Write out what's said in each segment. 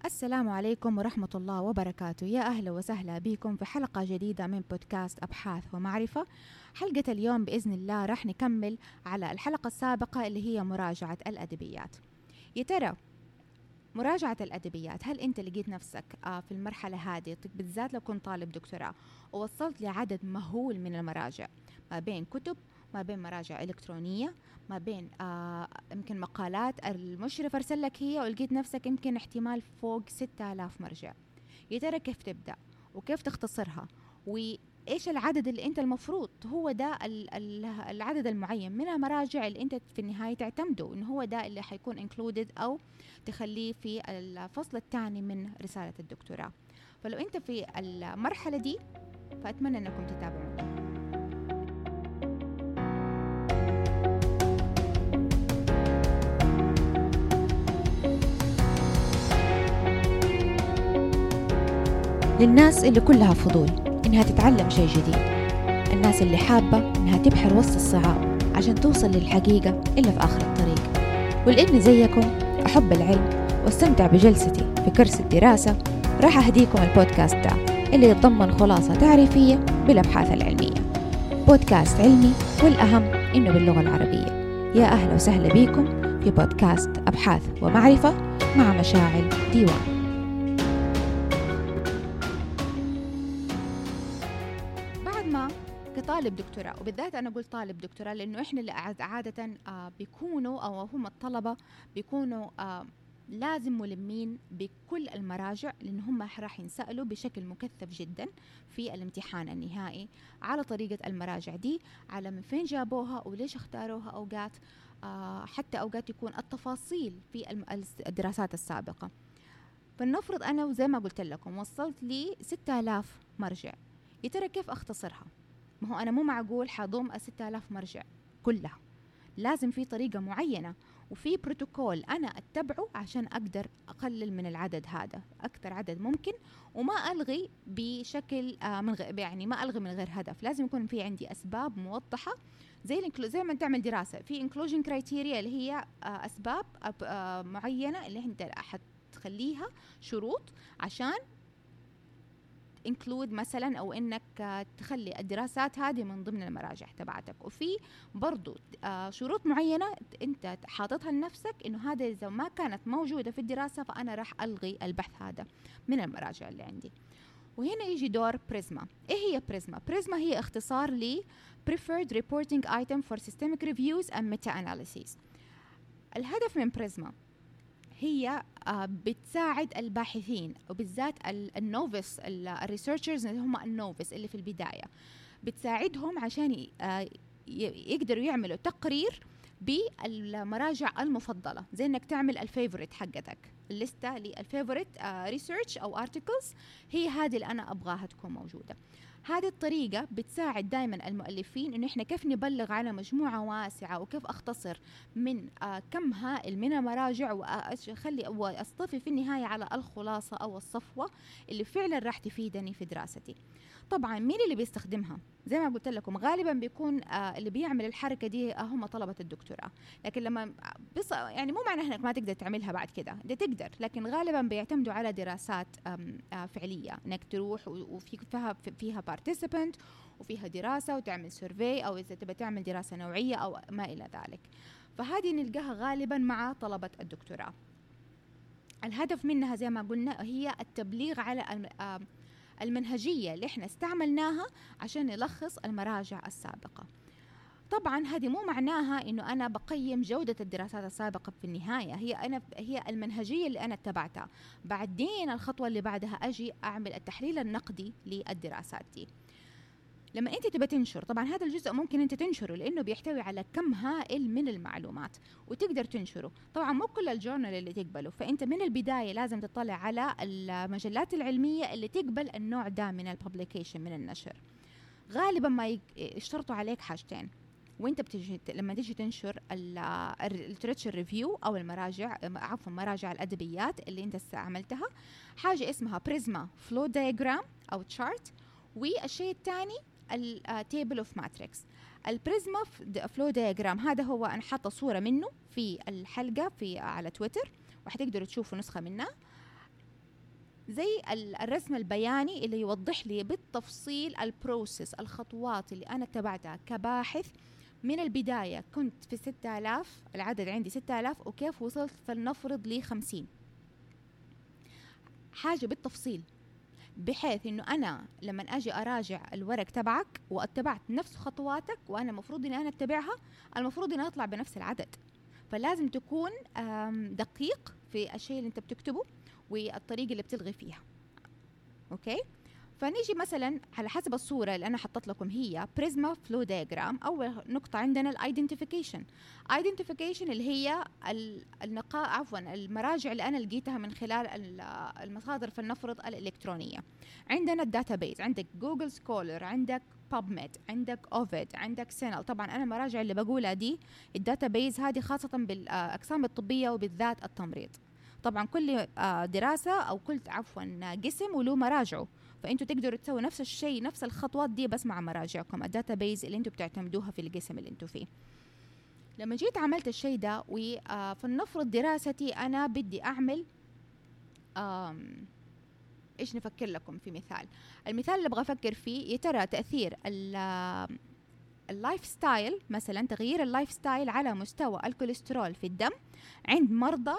السلام عليكم ورحمة الله وبركاته. يا أهلا وسهلا بكم في حلقة جديدة من بودكاست أبحاث ومعرفة. حلقة اليوم بإذن الله راح نكمل على الحلقة السابقة اللي هي مراجعة الأدبيات. يا ترى مراجعة الأدبيات، هل أنت لقيت نفسك في المرحلة هذه بالذات لو كنت طالب دكتوراه ووصلت لعدد مهول من المراجع، ما بين كتب، ما بين مراجع إلكترونية، ما بين يمكن مقالات المشرف أرسل لك هي، ولقيت نفسك يمكن احتمال فوق 6000 مرجع؟ يا ترى كيف تبدأ وكيف تختصرها وإيش العدد اللي أنت المفروض هو ده العدد المعين من المراجع اللي أنت في النهاية تعتمده إنه هو ده اللي حيكون included أو تخليه في الفصل الثاني من رسالة الدكتوراه. فلو أنت في المرحلة دي فأتمنى أنكم تتابعون. للناس اللي كلها فضول إنها تتعلم شيء جديد، الناس اللي حابة إنها تبحر وسط الصعاب عشان توصل للحقيقة إلا في آخر الطريق، ولإني زيكم أحب العلم واستمتع بجلستي في كرسي الدراسة، راح أهديكم البودكاست ده اللي يتضمن خلاصة تعريفية بالأبحاث العلمية. بودكاست علمي والأهم إنه باللغة العربية. يا أهلا وسهلا بكم في بودكاست أبحاث ومعرفة مع مشاعل ديوان. بعد ما كطالب دكتوراه، وبالذات أنا أقول طالب دكتوراه لأنه إحنا اللي عادة بيكونوا أو هم الطلبة بيكونوا لازم ملمين بكل المراجع، لأن هم راح ينسألوا بشكل مكثف جدا في الامتحان النهائي على طريقة المراجع دي، على من فين جابوها وليش اختاروها. أوقات حتى أوقات يكون التفاصيل في الدراسات السابقة. فلنفرض أنا وزي ما قلت لكم وصلت لي 6000 مرجع، يا ترى كيف أختصرها؟ ما هو أنا مو معقول حضم 6000 مرجع كلها، لازم في طريقة معينة وفي بروتوكول أنا أتبعه عشان أقدر أقلل من العدد هذا أكثر عدد ممكن، وما ألغي بشكل يعني ما ألغي من غير هدف. لازم يكون في عندي أسباب موضحة، زي ما تعمل دراسة في inclusion criteria اللي هي أسباب معينة اللي أنت حتخليها شروط عشان include مثلا أو إنك تخلي الدراسات هذه من ضمن المراجع تبعتك. وفي برضو شروط معينة أنت حاططها لنفسك إنه هذا إذا ما كانت موجودة في الدراسة فأنا راح ألغي البحث هذا من المراجع اللي عندي. وهنا يجي دور بريزما. إيه هي بريزما؟ بريزما هي اختصار ل Preferred Reporting Item for Systemic Reviews and Meta-Analyses. الهدف من بريزما هي بتساعد الباحثين وبالذات النوفيس الريسيرشرز اللي هم النوفيس اللي في البداية، بتساعدهم عشان يقدروا يعملوا تقرير بالمراجع المفضلة، زي انك تعمل الفيفوريت حقتك، الليستة للفيفوريت ريسيرش او ارتكلز، هي هذه اللي انا ابغاها تكون موجودة. هذه الطريقة بتساعد دائما المؤلفين إنه إحنا كيف نبلغ على مجموعة واسعة وكيف أختصر من كم هائل من المراجع وأصطفي في النهاية على الخلاصة أو الصفوة اللي فعلا راح تفيدني في دراستي. طبعا مين اللي بيستخدمها؟ زي ما قلت لكم غالبا بيكون اللي بيعمل الحركة دي هم طلبة الدكتوراه، لكن لما يعني مو معناه انك ما تقدر تعملها بعد كده، انت تقدر، لكن غالبا بيعتمدوا على دراسات فعلية، انك تروح فيها participant وفيها دراسة وتعمل سيرفي، او اذا تبى تعمل دراسة نوعية او ما الى ذلك. فهذه نلقاها غالبا مع طلبة الدكتوراه. الهدف منها زي ما قلنا هي التبليغ على المنهجية اللي احنا استعملناها عشان نلخص المراجع السابقة. طبعا هذه مو معناها انه انا بقيم جودة الدراسات السابقة في النهاية، هي المنهجية اللي انا اتبعتها. بعدين الخطوة اللي بعدها اجي اعمل التحليل النقدي للدراسات دي. لما انت تبى تنشر، طبعا هذا الجزء ممكن انت تنشره لانه بيحتوي على كم هائل من المعلومات وتقدر تنشره. طبعا مو كل الجورنال اللي تقبله، فانت من البداية لازم تطلع على المجلات العلمية اللي تقبل النوع ده من الببليكيشن من النشر. غالبا ما يشترطوا عليك حاجتين وانت لما تيجي تنشر التريتشر ريفيو او مراجع الادبيات اللي انت استعملتها، حاجة اسمها بريزما فلو دايجرام او تشارت، والشيء الثاني التيبل اوف ماتريكس. البريزما فلو دايجرام هذا هو انا حاطه صوره منه في الحلقه على تويتر، وحتقدروا تشوفوا نسخه منها. زي الرسم البياني اللي يوضح لي بالتفصيل البروسيس، الخطوات اللي أنا اتبعتها كباحث من البداية. كنت في 6000، العدد عندي 6000، وكيف وصلت فلنفرض لي 50. حاجة بالتفصيل، بحيث انه انا لما اجي اراجع الورق تبعك واتبعت نفس خطواتك وانا المفروض اني انا اتبعها، المفروض اني اطلع بنفس العدد. فلازم تكون دقيق في الشيء اللي انت بتكتبه والطريقة اللي بتلغي فيها. اوكي، فنيجي مثلا على حسب الصورة اللي أنا حطت لكم، هي بريزما فلو دياجرام. أول نقطة عندنا الايدنتيفيكيشن. ايدنتيفيكيشن اللي هي المراجع اللي أنا لقيتها من خلال المصادر فلنفرض الإلكترونية. عندنا الداتابيز، عندك جوجل سكولر، عندك بابميد، عندك اوفيد، عندك سينل. طبعا أنا المراجع اللي بقولها دي الداتابيز هذه خاصة بالأقسام الطبية وبالذات التمريض. طبعا كل دراسة أو كل قسم وله مراجعه، فانتوا تقدروا تسووا نفس الشيء، نفس الخطوات دي، بس مع مراجعكم، الداتابيز اللي انتوا بتعتمدوها في القسم اللي انتوا فيه. لما جيت عملت الشيء ده، فلنفرض دراستي انا بدي اعمل ايش نفكر لكم في مثال. المثال اللي ابغى افكر فيه، يا ترى تاثير اللايف ستايل، مثلا تغيير اللايف ستايل على مستوى الكوليسترول في الدم عند مرضى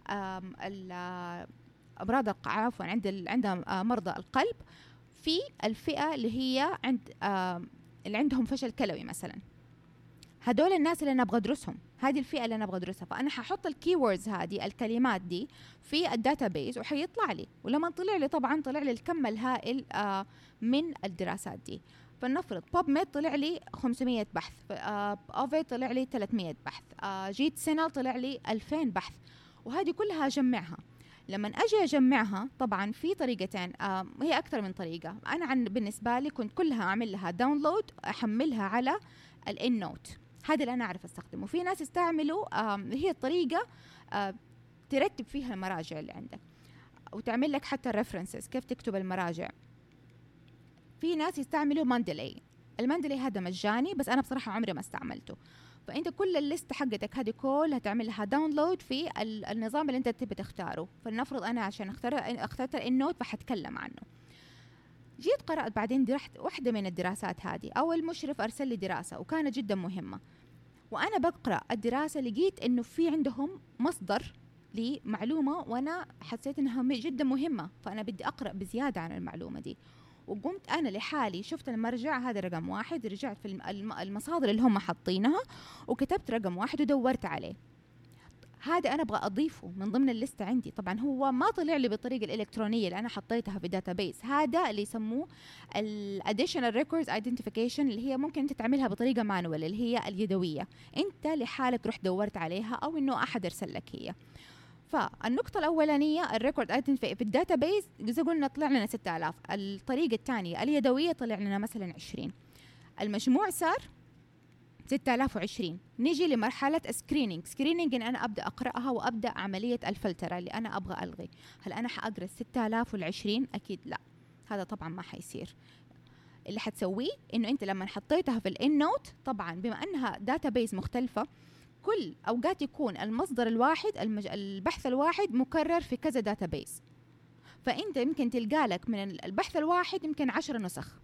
عند مرضى القلب، في الفئة اللي هي اللي عندهم فشل كلوي مثلا. هدول الناس اللي أنا أبغى أدرسهم، هذه الفئة اللي أنا أبغى أدرسها. فأنا ححط الكيوردز هذه، الكلمات دي، في الداتابيز وحيطلع لي. ولما طلع لي طبعا طلع لي الكم الهائل من الدراسات دي. فلنفرض بابميد طلع لي 500 بحث، اوفيد طلع لي 300 بحث، جيت سينل طلع لي 2000 بحث، وهذه كلها أجمعها. لما أجي أجمعها طبعا في طريقتين، هي أكثر من طريقة. أنا بالنسبة لي كنت كلها أعمل لها داونلود، أحملها على الإن نوت، هذا اللي أنا أعرف أستخدمه. في ناس يستعملوا هي الطريقة ترتب فيها المراجع اللي عندك وتعمل لك حتى الريفرنسز، كيف تكتب المراجع. في ناس يستعملوا ماندلي. الماندلي هذا مجاني، بس أنا بصراحة عمري ما استعملته. فانت كل الليست حقتك هذه كلها تعمل لها داونلود في النظام اللي انت تبي تختاره. فلنفرض انا عشان اخترت النوت فحتكلم عنه. جيت قرأت بعدين واحدة من الدراسات هذه، او المشرف ارسل لي دراسة وكانت جدا مهمة، وانا بقرأ الدراسة لقيت انه في عندهم مصدر لمعلومة وانا حسيت انها جدا مهمة، فانا بدي اقرأ بزيادة عن المعلومة دي. وقمت أنا لحالي شفت المرجع هذا رقم 1، رجعت في المصادر اللي هم حاطينها وكتبت رقم 1 ودورت عليه. هذا أنا أبغى أضيفه من ضمن الليستة عندي. طبعا هو ما طلع لي بالطريقة الإلكترونية اللي أنا حطيتها في داتابيس، هذا اللي يسموه Additional Records Identification، اللي هي ممكن أنت تعملها بطريقة مانوال، اللي هي اليدوية، أنت لحالك رحت دورت عليها أو إنه أحد أرسل لك هي. فالنقطة الأولانية الريكورد ايدنتيفاي في الداتابيز، إذا قلنا طلع لنا 6000. الطريقة الثانية اليدوية طلع لنا مثلا 20. المجموع صار 6020. نيجي لمرحلة سكرينينج إن أنا أبدأ أقرأها وأبدأ عملية الفلترة اللي أنا أبغى ألغي. هل أنا حأقرأ 6020؟ أكيد لا، هذا طبعا ما حيصير. اللي حتسويه إنه أنت لما حطيتها في الإن نوت، طبعا بما أنها داتابيز مختلفة، كل أوقات يكون المصدر الواحد، البحث الواحد مكرر في كذا داتابيز، فأنت يمكن تلقى لك من البحث الواحد يمكن 10 نسخ.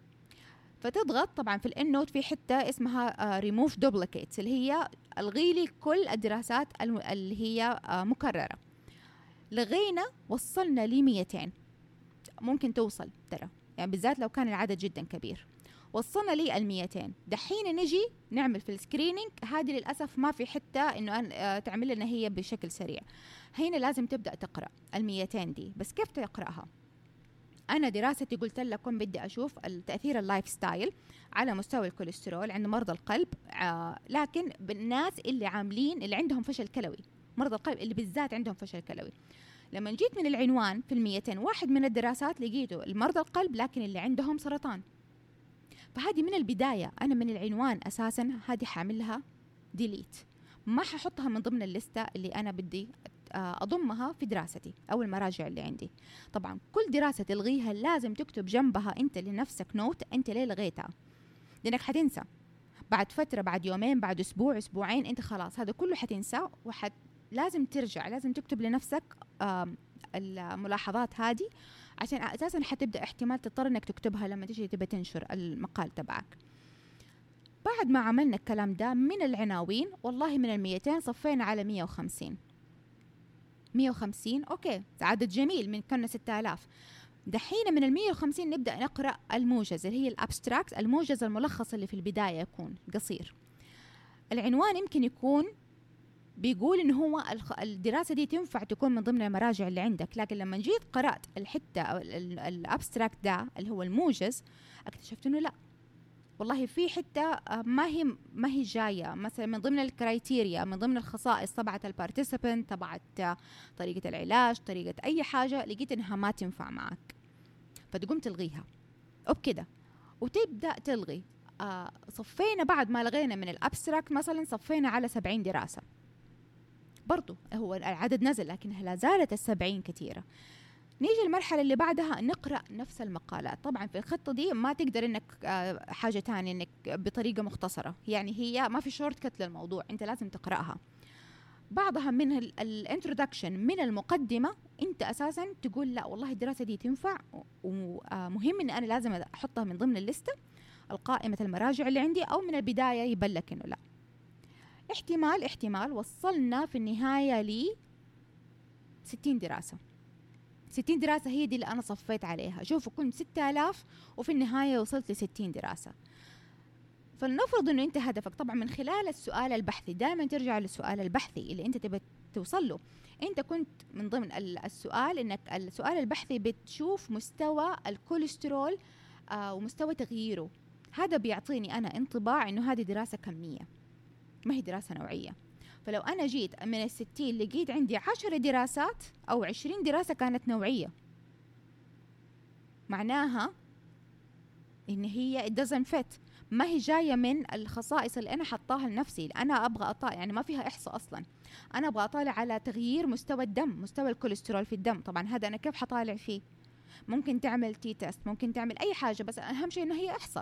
فتضغط طبعا في الإن نوت في حتة اسمها remove duplicates، اللي هي الغي لي كل الدراسات اللي هي مكررة. لغينا، وصلنا ل 200، ممكن توصل ترى، يعني بالذات لو كان العدد جدا كبير. وصلنا لي 200. دحين نجي نعمل في السكرينينج، هذه للأسف ما في حتة إنه تعمل لنا هي بشكل سريع. هنا لازم تبدأ تقرأ 200 دي، بس كيف تقرأها؟ أنا دراستي قلت لكم بدي أشوف التأثير اللايف ستايل على مستوى الكوليسترول عند مرضى القلب، لكن بالناس اللي عندهم فشل كلوي، مرضى القلب اللي بالذات عندهم فشل كلوي. لما جيت من العنوان في 200 واحد من الدراسات لقيته المرضى القلب لكن اللي عندهم سرطان. فهذه من البداية أنا من العنوان أساساً هذه حاملها ديليت، ما ححطها من ضمن الليستة اللي أنا بدي أضمها في دراستي أو المراجع اللي عندي. طبعاً كل دراسة تلغيها لازم تكتب جنبها أنت لنفسك نوت، أنت ليه لغيتها، لأنك حتنسى بعد فترة، بعد يومين، بعد أسبوع، أسبوعين، أنت خلاص هذا كله حتنسى. لازم ترجع، لازم تكتب لنفسك الملاحظات هذه، عشان أساسا حتبدأ احتمال تضطر إنك تكتبها لما تيجي تبى تنشر المقال تبعك. بعد ما عملنا الكلام ده من العناوين، والله من 200 صفينا على 150. 150 أوكي، عدد جميل من كنا 6000. دحين من 150 نبدأ نقرأ الموجز اللي هي الابستراكت، الموجز الملخص اللي في البداية يكون قصير. العنوان يمكن يكون بيقول إنه هو الدراسة دي تنفع تكون من ضمن المراجع اللي عندك، لكن لما جيت قرأت الحتة أو الابستراكت ده اللي هو الموجز، اكتشفت إنه لا، والله في حتة ما هي جاية مثلا من ضمن الكرايتيريا، من ضمن الخصائص تبعت البارتيسيبنت، تبعت طريقة العلاج، طريقة أي حاجة، لقيت إنها ما تنفع معك، فتقوم تلغيها وبكده وتبدأ تلغي. صفينا بعد ما لغينا من الابستراكت مثلا، صفينا على 70 دراسة، برضو هو العدد نزل لكن لا زالت 70 كثيرة. نيجي المرحلة اللي بعدها نقرأ نفس المقالات. طبعا في الخطة دي ما تقدر انك حاجة تانية انك بطريقة مختصرة، يعني هي ما في شورت كت للموضوع، انت لازم تقرأها. بعضها من الانترودكشن، من المقدمة، انت اساسا تقول لا والله الدراسة دي تنفع، ومهم ان انا لازم احطها من ضمن الليستة القائمة المراجع اللي عندي، او من البداية يبلك انه لا. احتمال وصلنا في النهاية ل 60 دراسة. 60 دراسة هي دي اللي أنا صفيت عليها. شوفوا كنت 6000 وفي النهاية وصلت ل60 دراسة. فلنفرض أنه أنت هدفك طبعا من خلال السؤال البحثي، دائما ترجع للسؤال البحثي اللي أنت تبي توصل له. أنت كنت من ضمن السؤال إنك السؤال البحثي بتشوف مستوى الكوليسترول ومستوى تغييره. هذا بيعطيني أنا انطباع إنه هذه دراسة كمية ما هي دراسة نوعية. فلو أنا جيت من 60 لقيت عندي 10 دراسات أو 20 دراسة كانت نوعية، معناها إن هي it doesn't fit، ما هي جاية من الخصائص اللي أنا حطاها لنفسي. أنا أبغى أطالع، يعني ما فيها إحصاء أصلا، أنا أبغى أطالع على تغيير مستوى الدم، مستوى الكوليسترول في الدم. طبعا هذا أنا كيف حطالع فيه؟ ممكن تعمل تي تيست، ممكن تعمل أي حاجة، بس أهم شيء إنه هي إحصاء،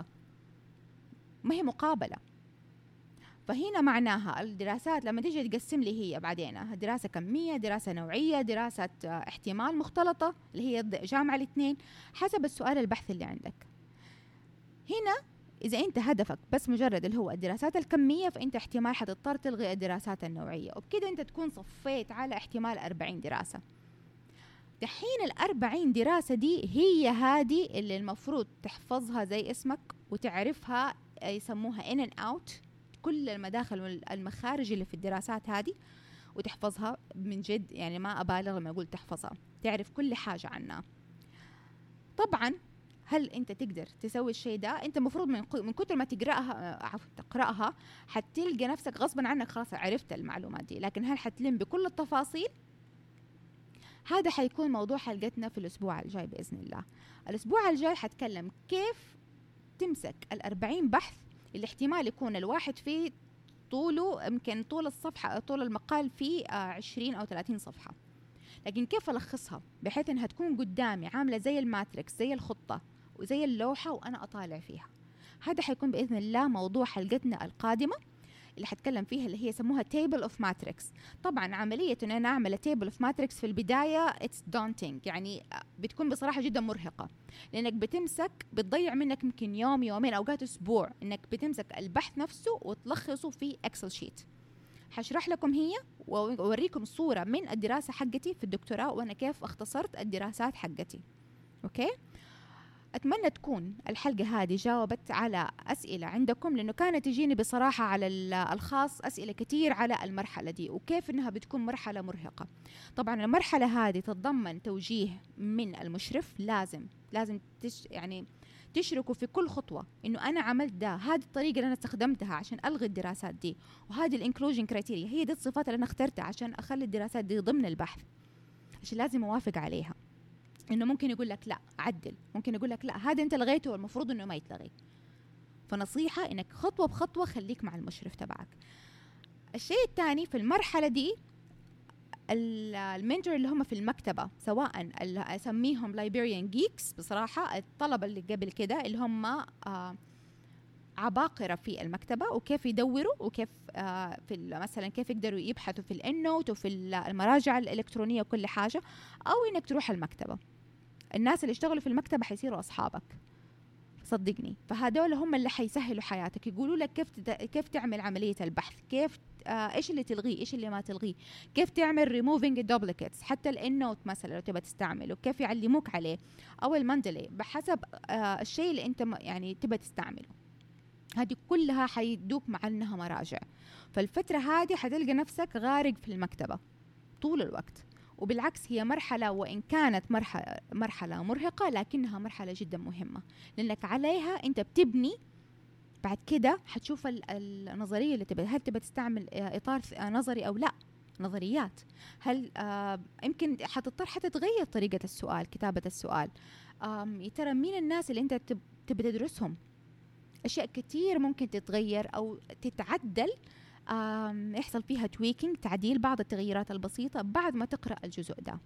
ما هي مقابلة. فهنا معناها الدراسات لما تيجي تقسم لي هي بعدين دراسة كمية، دراسة نوعية، دراسة احتمال مختلطة اللي هي جامعة الاثنين، حسب السؤال البحث اللي عندك. هنا إذا أنت هدفك بس مجرد اللي هو الدراسات الكمية، فأنت احتمال حتضطر تلغي الدراسات النوعية، وبكده أنت تكون صفيت على احتمال 40 دراسة. دحين 40 دراسة دي هي هذه اللي المفروض تحفظها زي اسمك وتعرفها، يسموها in and out، كل المداخل والمخارج اللي في الدراسات هذه، وتحفظها من جد، يعني ما أبالغ لما أقول تحفظها، تعرف كل حاجة عنها. طبعا هل أنت تقدر تسوي الشيء ده؟ أنت مفروض من كتر ما تقرأها حتلقى نفسك غصبا عنك خلاص عرفت المعلومات دي، لكن هل حتلم بكل التفاصيل؟ هذا حيكون موضوع حلقتنا في الأسبوع الجاي بإذن الله. الأسبوع الجاي حتكلم كيف تمسك 40 بحث اللي احتمال يكون الواحد فيه طوله يمكن طول الصفحة، طول المقال فيه 20 أو 30 صفحة، لكن كيف ألخصها بحيث أنها تكون قدامي عاملة زي الماتريكس، زي الخطة وزي اللوحة وأنا أطالع فيها. هذا حيكون بإذن الله موضوع حلقتنا القادمة اللي حتكلم فيها، اللي هي يسموها table of matrix. طبعا عملية أن أنا أعمل table of matrix في البداية it's daunting، يعني بتكون بصراحة جدا مرهقة، لأنك بتضيع منك يمكن يوم يومين أوقات أسبوع أنك بتمسك البحث نفسه وتلخصه في Excel sheet. حشرح لكم هي وأوريكم صورة من الدراسة حقتي في الدكتوراه وأنا كيف اختصرت الدراسات حقتي. أوكي؟ أتمنى تكون الحلقة هذه جاوبت على أسئلة عندكم، لأنه كانت تجيني بصراحة على الخاص أسئلة كتير على المرحلة دي وكيف إنها بتكون مرحلة مرهقة. طبعا المرحلة هذه تتضمن توجيه من المشرف، لازم يعني تشركوا في كل خطوة، إنه أنا عملت ده، هذه الطريقة اللي أنا استخدمتها عشان ألغي الدراسات دي، وهذه الانكلوجن كرايتيريا هي دي الصفات اللي أنا اخترتها عشان أخلي الدراسات دي ضمن البحث، عشان لازم أوافق عليها. إنه ممكن يقول لك لا عدل، ممكن يقول لك لا هذا أنت لغيته والمفروض إنه ما يتلغي. فنصيحة إنك خطوة بخطوة خليك مع المشرف تبعك. الشيء الثاني في المرحلة دي المنتور اللي هم في المكتبة، سواء أسميهم لايبريان جيكس، بصراحة الطلبة اللي قبل كده اللي هم عباقرة في المكتبة وكيف يدوروا وكيف مثلا كيف يقدروا يبحثوا في الإنوت وفي المراجع الإلكترونية وكل حاجة، أو إنك تروح المكتبة. الناس اللي يشتغلوا في المكتبة حيصيروا أصحابك صدقني، فهدول هم اللي حيسهلوا حياتك، يقولوا لك كيف تعمل عملية البحث، كيف ايش اللي تلغيه، ايش اللي ما تلغيه، كيف تعمل ريموفينج الدوبليكيتس، حتى الانوت مثلا لو تبى تستعمله كيف يعلموك عليه، او الماندلي بحسب الشيء اللي انت يعني تبى تستعمله. هذه كلها حيدوك مع انها مراجع. فالفترة هذه حتلقى نفسك غارق في المكتبة طول الوقت، وبالعكس هي مرحلة وإن كانت مرحلة مرهقة لكنها مرحلة جدا مهمة، لأنك عليها أنت بتبني بعد كده. حتشوف النظرية اللي هل تبى تستعمل إطار نظري أو لا، نظريات، هل يمكن حتضطر حتى تغير طريقة السؤال، كتابة السؤال، يا ترى مين الناس اللي أنت تبى تدرسهم، أشياء كتير ممكن تتغير أو تتعدل، يحصل فيها تويكينج، تعديل بعض التغييرات البسيطة بعد ما تقرأ الجزء ده.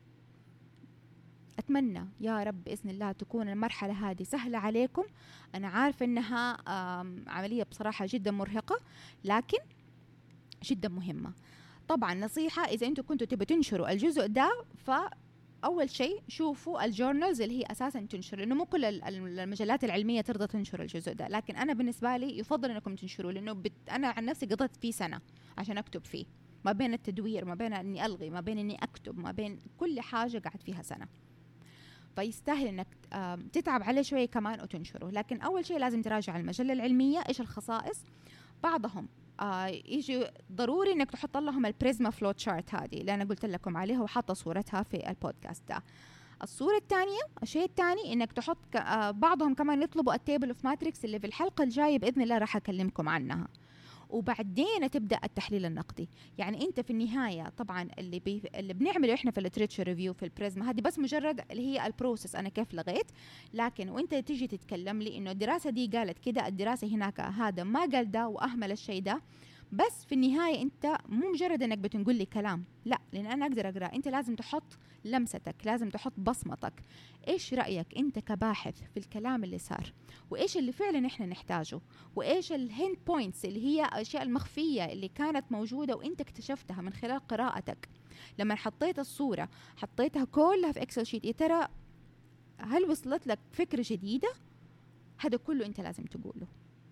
أتمنى يا رب بإذن الله تكون المرحلة هذه سهلة عليكم. أنا عارفة إنها عملية بصراحة جدا مرهقة لكن جدا مهمة. طبعا نصيحة، إذا أنتم كنتوا تبوا تنشروا الجزء ده، فأول شيء شوفوا الجورنالز اللي هي أساسا تنشر، لأنه مو كل المجلات العلمية ترضى تنشر الجزء ده، لكن أنا بالنسبة لي يفضل أنكم تنشروا، لأنه أنا عن نفسي قضيت فيه سنة عشان أكتب فيه، ما بين التدوير، ما بين أني ألغي، ما بين أني أكتب، ما بين كل حاجة قعدت فيها سنة، فيستاهل انك تتعب عليه شويه كمان وتنشره. لكن اول شيء لازم تراجع المجله العلميه ايش الخصائص. بعضهم يجي ضروري انك تحط لهم البريزما فلو تشارت هذه اللي انا قلت لكم عليها وحاطه صورتها في البودكاست ده. الصوره الثانيه، الشيء الثاني انك تحط بعضهم كمان يطلبوا التيبل اوف ماتريكس اللي في الحلقه الجايه باذن الله راح اكلمكم عنها. وبعدين تبدا التحليل النقدي. يعني انت في النهايه طبعا اللي بنعمله احنا في الليتريتشر ريفيو في البريزما هذه بس مجرد اللي هي البروسيس، انا كيف لغيت، لكن وانت تيجي تتكلم لي انه الدراسه دي قالت كده، الدراسه هناك هذا ما قال ده واهمل الشيء ده، بس في النهايه انت مو مجرد انك بتنقل لي كلام، لا، لان انا اقدر اقرا، انت لازم تحط لمستك، لازم تحط بصمتك. ايش رايك انت كباحث في الكلام اللي صار، وايش اللي فعلا احنا نحتاجه، وايش الهند بوينتس اللي هي الاشياء المخفيه اللي كانت موجوده وانت اكتشفتها من خلال قراءتك. لما حطيت الصوره حطيتها كلها في اكسل شيت، يا ترى هل وصلت لك فكره جديده؟ هذا كله انت لازم تقوله.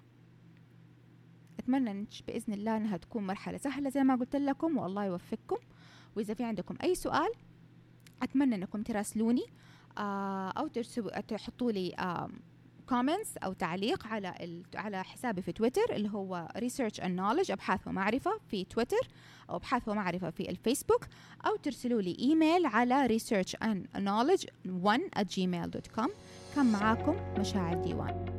أتمنى بإذن الله أنها تكون مرحلة سهلة زي ما قلت لكم، والله يوفقكم. وإذا في عندكم أي سؤال أتمنى أنكم تراسلوني أو تحطوا لي كومنتس أو تعليق على حسابي في تويتر اللي هو Research and Knowledge، أبحاث ومعرفة في تويتر، أو أبحاث ومعرفة في الفيسبوك، أو ترسلوا لي إيميل على researchandknowledge1@gmail.com. كان معاكم مشاعر ديوان.